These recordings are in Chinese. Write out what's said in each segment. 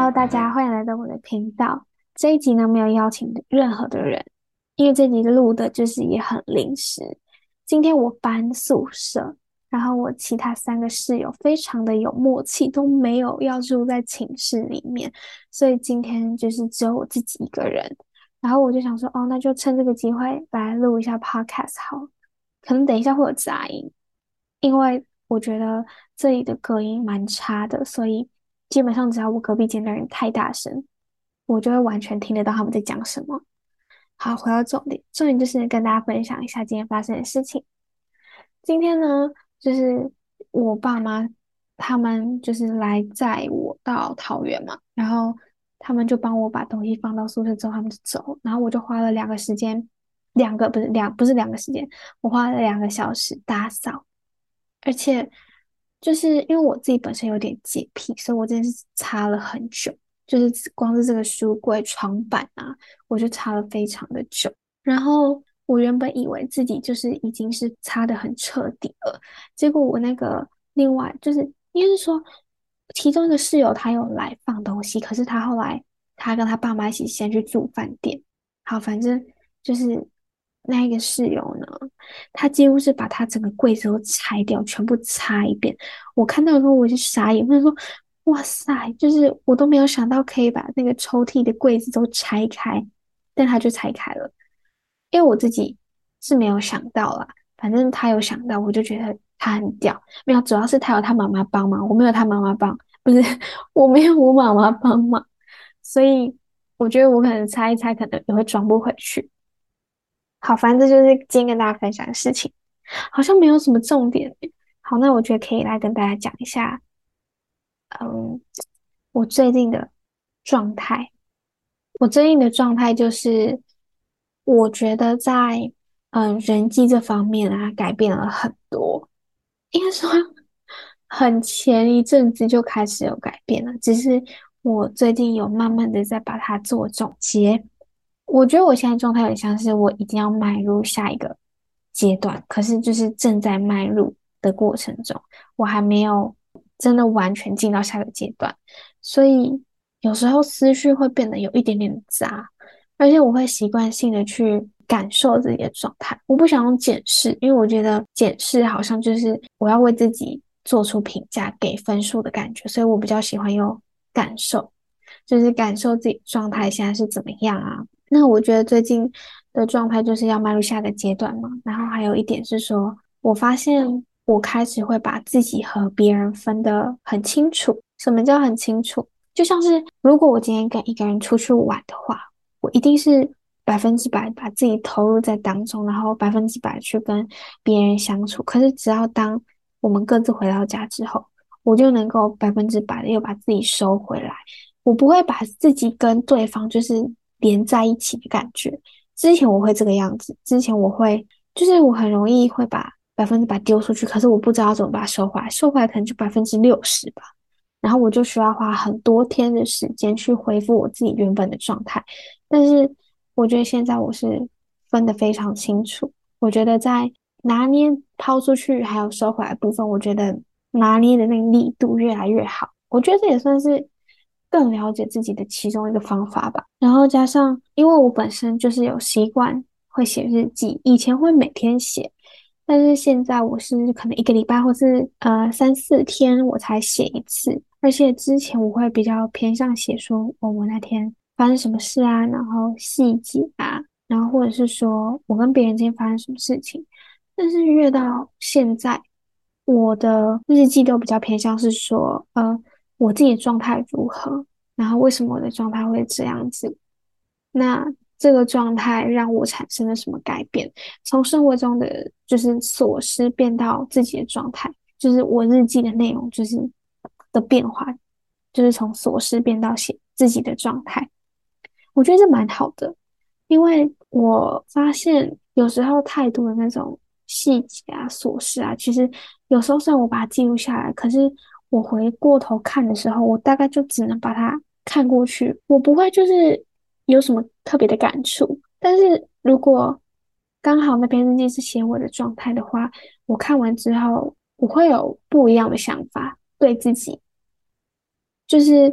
Hello，大家欢迎来到我的频道。这一集呢，没有邀请任何的人，因为这集录的就是也很临时。今天我搬宿舍，然后我其他3个室友非常的有默契，都没有要住在寝室里面，所以今天就是只有我自己一个人。然后我就想说，哦，那就趁这个机会来录一下 podcast 好了，可能等一下会有杂音，因为我觉得这里的隔音蛮差的，所以基本上只要我隔壁间的人太大声，我就会完全听得到他们在讲什么。好，回到重点，重点就是跟大家分享一下今天发生的事情。今天呢，就是我爸妈他们就是来载我到桃园嘛，然后他们就帮我把东西放到宿舍之后，他们就走，然后我就花了2个时间，不是2个时间，我花了2个小时打扫。而且就是因为我自己本身有点洁癖，所以我真的是擦了很久，就是光是这个书柜、床板啊，我就擦了非常的久。然后我原本以为自己就是已经是擦的很彻底了，结果我那个另外就是应该是说，其中一个室友他有来放东西，可是他后来他跟他爸妈一起先去住饭店。好，反正就是那一个室友呢。他几乎是把他整个柜子都拆掉，全部擦一遍。我看到的时候我就傻眼，我就说：“哇塞！”就是我都没有想到可以把那个抽屉的柜子都拆开，但他就拆开了。因为我自己是没有想到啦，反正他有想到，我就觉得他很屌。没有，主要是他有他妈妈帮忙，我没有他妈妈帮，不是我没有我妈妈帮忙，所以我觉得我可能拆一拆，可能也会装不回去。好，反正这就是今天跟大家分享的事情，好像没有什么重点欸。好，那我觉得可以来跟大家讲一下，嗯，我最近的状态。我最近的状态就是，我觉得在人际这方面啊，改变了很多。应该说，很前一阵子就开始有改变了，只是我最近有慢慢的在把它做总结。我觉得我现在状态很像是我已经要迈入下一个阶段，可是就是正在迈入的过程中，我还没有真的完全进到下个阶段，所以有时候思绪会变得有一点点杂，而且我会习惯性的去感受自己的状态。我不想用检视，因为我觉得检视好像就是我要为自己做出评价、给分数的感觉，所以我比较喜欢用感受，就是感受自己状态现在是怎么样啊。那我觉得最近的状态就是要迈入下个阶段嘛。然后还有一点是说，我发现我开始会把自己和别人分得很清楚。什么叫很清楚？就像是如果我今天跟一个人出去玩的话，我一定是100%把自己投入在当中，然后100%去跟别人相处。可是只要当我们各自回到家之后，我就能够100%的又把自己收回来。我不会把自己跟对方就是连在一起的感觉。之前我会这个样子，之前我会就是我很容易会把100%丢出去，可是我不知道怎么把它收回来，收回来可能就60%吧。然后我就需要花很多天的时间去恢复我自己原本的状态。但是我觉得现在我是分得非常清楚，我觉得在拿捏抛出去还有收回来的部分，我觉得拿捏的那个力度越来越好。我觉得这也算是更了解自己的其中一个方法吧。然后加上，因为我本身就是有习惯会写日记，以前会每天写，但是现在我是可能1个礼拜或是3、4天我才写一次。而且之前我会比较偏向写说，哦，我那天发生什么事啊，然后细节啊，然后或者是说我跟别人之间发生什么事情。但是越到现在，我的日记都比较偏向是说，我自己的状态如何，然后为什么我的状态会这样子，那这个状态让我产生了什么改变？从生活中的就是琐事变到自己的状态，就是我日记的内容就是的变化，就是从琐事变到写自己的状态。我觉得这蛮好的，因为我发现有时候太多的那种细节啊、琐事啊，其实有时候虽然我把它记录下来，可是我回过头看的时候，我大概就只能把它看过去，我不会就是有什么特别的感触。但是如果刚好那篇日记是写我的状态的话，我看完之后，我会有不一样的想法，对自己。就是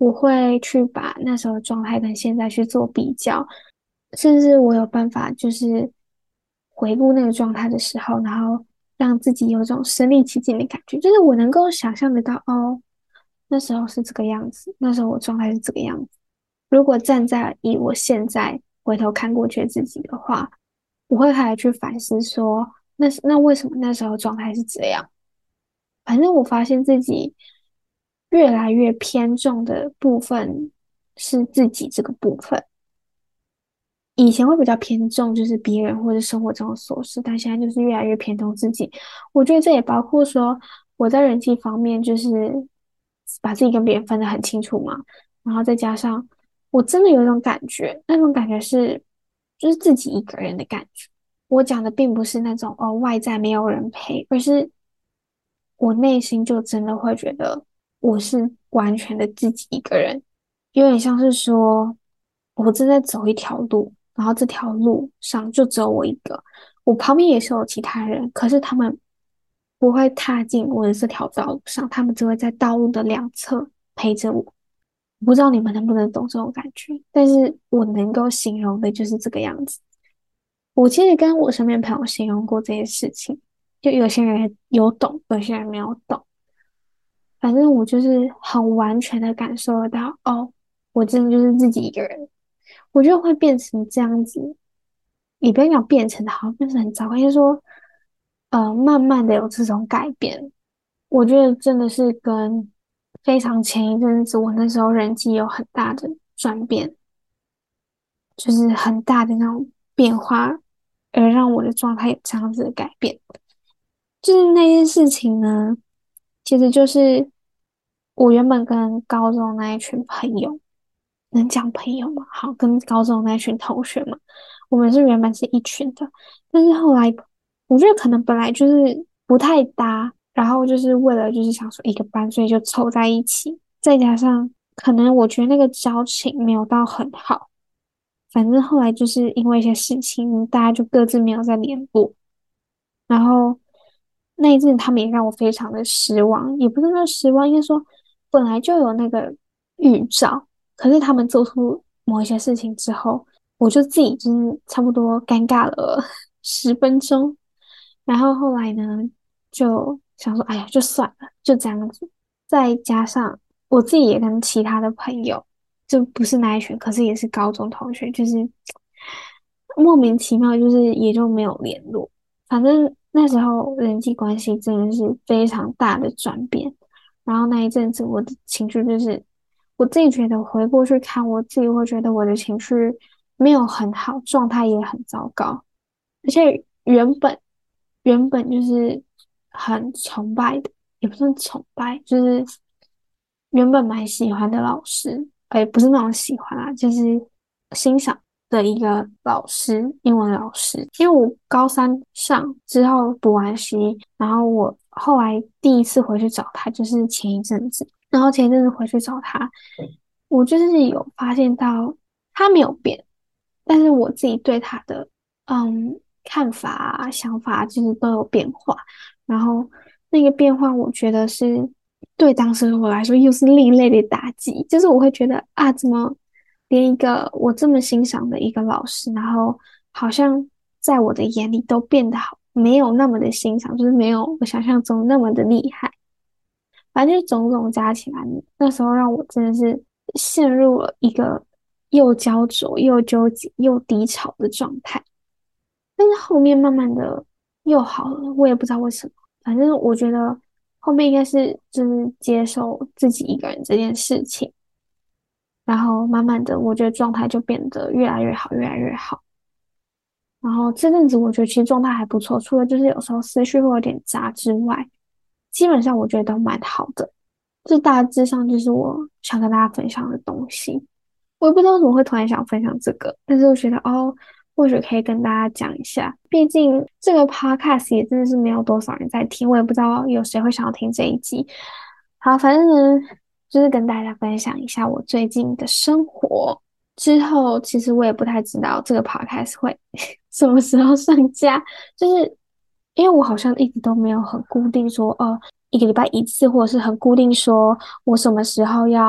我会去把那时候的状态跟现在去做比较，甚至我有办法就是回顾那个状态的时候，然后让自己有种身临其境的感觉，就是我能够想象得到，哦，那时候是这个样子，那时候我状态是这个样子。如果站在以我现在回头看过去的自己的话，我会开始去反思说，那为什么那时候状态是这样？反正我发现自己越来越偏重的部分是自己这个部分。以前会比较偏重就是别人或者生活中的琐事，但现在就是越来越偏重自己。我觉得这也包括说我在人际方面就是把自己跟别人分得很清楚嘛，然后再加上我真的有一种感觉，那种感觉是就是自己一个人的感觉。我讲的并不是那种哦外在没有人陪，而是我内心就真的会觉得我是完全的自己一个人，有点像是说我正在走一条路，然后这条路上就只有我一个，我旁边也是有其他人，可是他们不会踏进我的这条道路上，他们只会在道路的两侧陪着我。不知道你们能不能懂这种感觉，但是我能够形容的就是这个样子。我其实跟我身边朋友形容过这件事情，就有些人有懂，有些人没有懂。反正我就是很完全的感受得到，哦，我真的就是自己一个人。我就会变成这样子，也不要讲变成，好像变成很糟糕，就是说，慢慢的有这种改变。我觉得真的是跟非常前一阵子我那时候人际有很大的转变，就是很大的那种变化，而让我的状态有这样子的改变。就是那件事情呢，其实就是我原本跟高中那一群朋友，能讲朋友吗？好，跟高中那一群同学嘛，我们是原本是一群的，但是后来我觉得可能本来就是不太搭，然后就是为了就是想说一个班，所以就凑在一起，再加上可能我觉得那个交情没有到很好，反正后来就是因为一些事情，大家就各自没有再联络。然后那一阵他们也让我非常的失望，也不是说失望，应该说本来就有那个预兆，可是他们做出某一些事情之后，我就自己就是差不多尴尬了10分钟，然后后来呢就想说，哎呀，就算了，就这样子。再加上我自己也跟其他的朋友，就不是那一群，可是也是高中同学，就是莫名其妙，就是也就没有联络。反正那时候人际关系真的是非常大的转变，然后那一阵子我的情绪就是我自己觉得回过去看我自己会觉得我的情绪没有很好，状态也很糟糕，而且原本就是很崇拜的，也不算崇拜，就是原本蛮喜欢的老师，不是那种喜欢啦，就是欣赏的一个老师，英文老师。因为我高三上之后补完习，然后我后来第一次回去找他，就是前一阵子，然后前一阵子回去找他，我就是有发现到他没有变，但是我自己对他的看法啊、想法啊就是都有变化。然后那个变化，我觉得是对当时的我来说又是另类的打击，就是我会觉得啊，怎么连一个我这么欣赏的一个老师，然后好像在我的眼里都变得好，没有那么的欣赏，就是没有我想象中那么的厉害。反正就种种加起来，那时候让我真的是陷入了一个又焦灼、又纠结、又低潮的状态。但是后面慢慢的又好了，我也不知道为什么。反正我觉得后面应该是就是接受自己一个人这件事情，然后慢慢的，我觉得状态就变得越来越好，越来越好。然后这阵子我觉得其实状态还不错，除了就是有时候思绪会有点杂之外，基本上我觉得都蛮好的。这大致上就是我想跟大家分享的东西。我也不知道为什么会突然想分享这个，但是我觉得哦，或许可以跟大家讲一下。毕竟这个 podcast 也真的是没有多少人在听，我也不知道有谁会想要听这一集。好，反正呢，就是跟大家分享一下我最近的生活。之后其实我也不太知道这个 podcast 会什么时候上架，就是因为我好像一直都没有很固定说，一个礼拜一次，或者是很固定说我什么时候要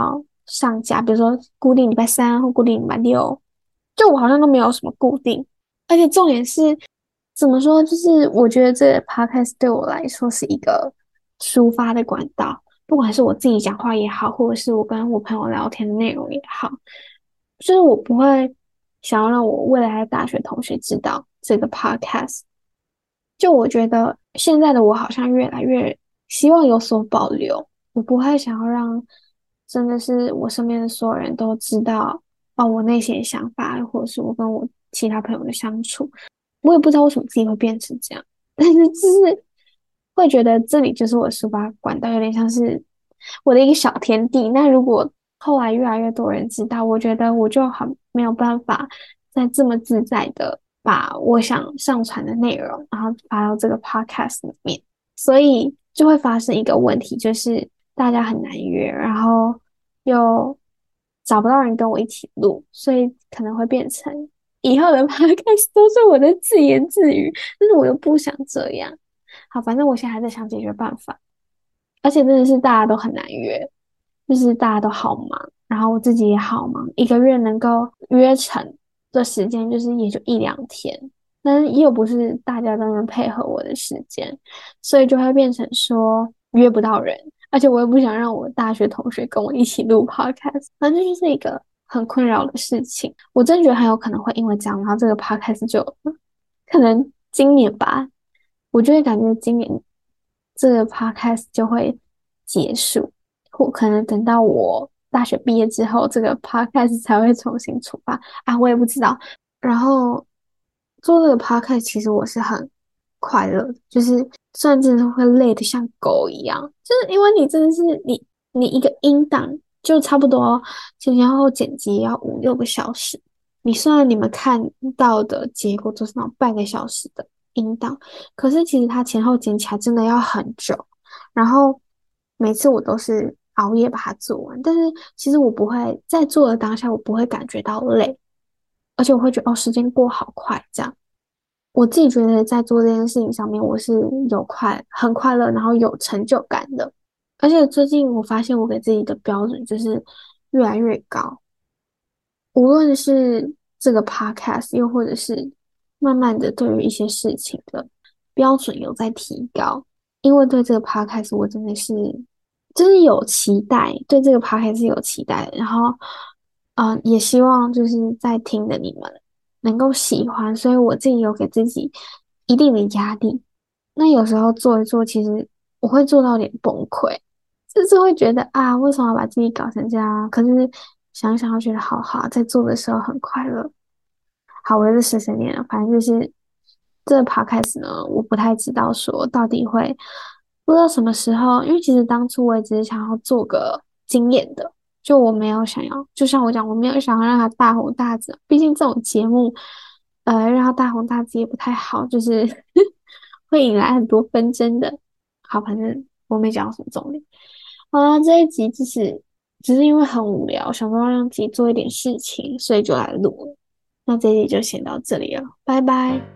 上架，比如说固定礼拜三或固定礼拜六，就我好像都没有什么固定。而且重点是，怎么说？就是我觉得这个 podcast 对我来说是一个抒发的管道，不管是我自己讲话也好，或者是我跟我朋友聊天的内容也好，就是我不会想要让我未来的大学同学知道这个 podcast。就我觉得现在的我好像越来越希望有所保留，我不会想要让真的是我身边的所有人都知道哦我内心的想法，或者是我跟我其他朋友的相处。我也不知道为什么自己会变成这样，但是就是会觉得这里就是我的抒发管道，有点像是我的一个小天地。那如果后来越来越多人知道，我觉得我就很没有办法再这么自在的把我想上传的内容，然后发到这个 podcast 里面，所以就会发生一个问题，就是大家很难约，然后又找不到人跟我一起录，所以可能会变成以后的 podcast 都是我的自言自语，但是我又不想这样。好，反正我现在还在想解决办法，而且真的是大家都很难约，就是大家都好忙，然后我自己也好忙，一个月能够约成的时间就是也就一两天，但是又不是大家都能配合我的时间，所以就会变成说约不到人，而且我又不想让我大学同学跟我一起录 podcast，反正就是一个很困扰的事情。我真觉得很有可能会因为这样，然后这个 podcast 就可能今年吧，我就会感觉今年这个 podcast 就会结束，或可能等到我大学毕业之后，这个 podcast 才会重新出发啊，我也不知道。然后做这个 podcast，其实我是很快乐的，就是虽然真的会累得像狗一样，就是因为你真的是你一个音档就差不多前后剪辑要5、6个小时，你虽然你们看到的结果都是那种半个小时的音档，可是其实它前后剪起来真的要很久。然后每次我都是熬夜把它做完，但是其实我不会在做的当下，我不会感觉到累，而且我会觉得哦，时间过好快，这样。我自己觉得在做这件事情上面，我是很快乐，然后有成就感的。而且最近我发现我给自己的标准就是越来越高，无论是这个 podcast，又或者是慢慢的对于一些事情的标准有在提高。因为对这个 podcast 我真的是就是有期待，对这个 podcast 是有期待的，然后也希望就是在听的你们能够喜欢，所以我自己有给自己一定的压力。那有时候做一做，其实我会做到有点崩溃，就是会觉得啊，为什么要把自己搞成这样啊？可是想一想又觉得好好，在做的时候很快乐。好，我又是碎碎念了，反正就是这个 podcast 呢，我不太知道说到底会不知道什么时候，因为其实当初我也只是想要做个经验的，就我没有想要，就像我讲，我没有想要让它大红大紫，毕竟这种节目，让它大红大紫也不太好，就是会引来很多纷争的。好，反正我没讲到什么重点。好了，这一集只是因为很无聊，想说让自己做一点事情，所以就来录了。那这一集就先到这里了，拜拜。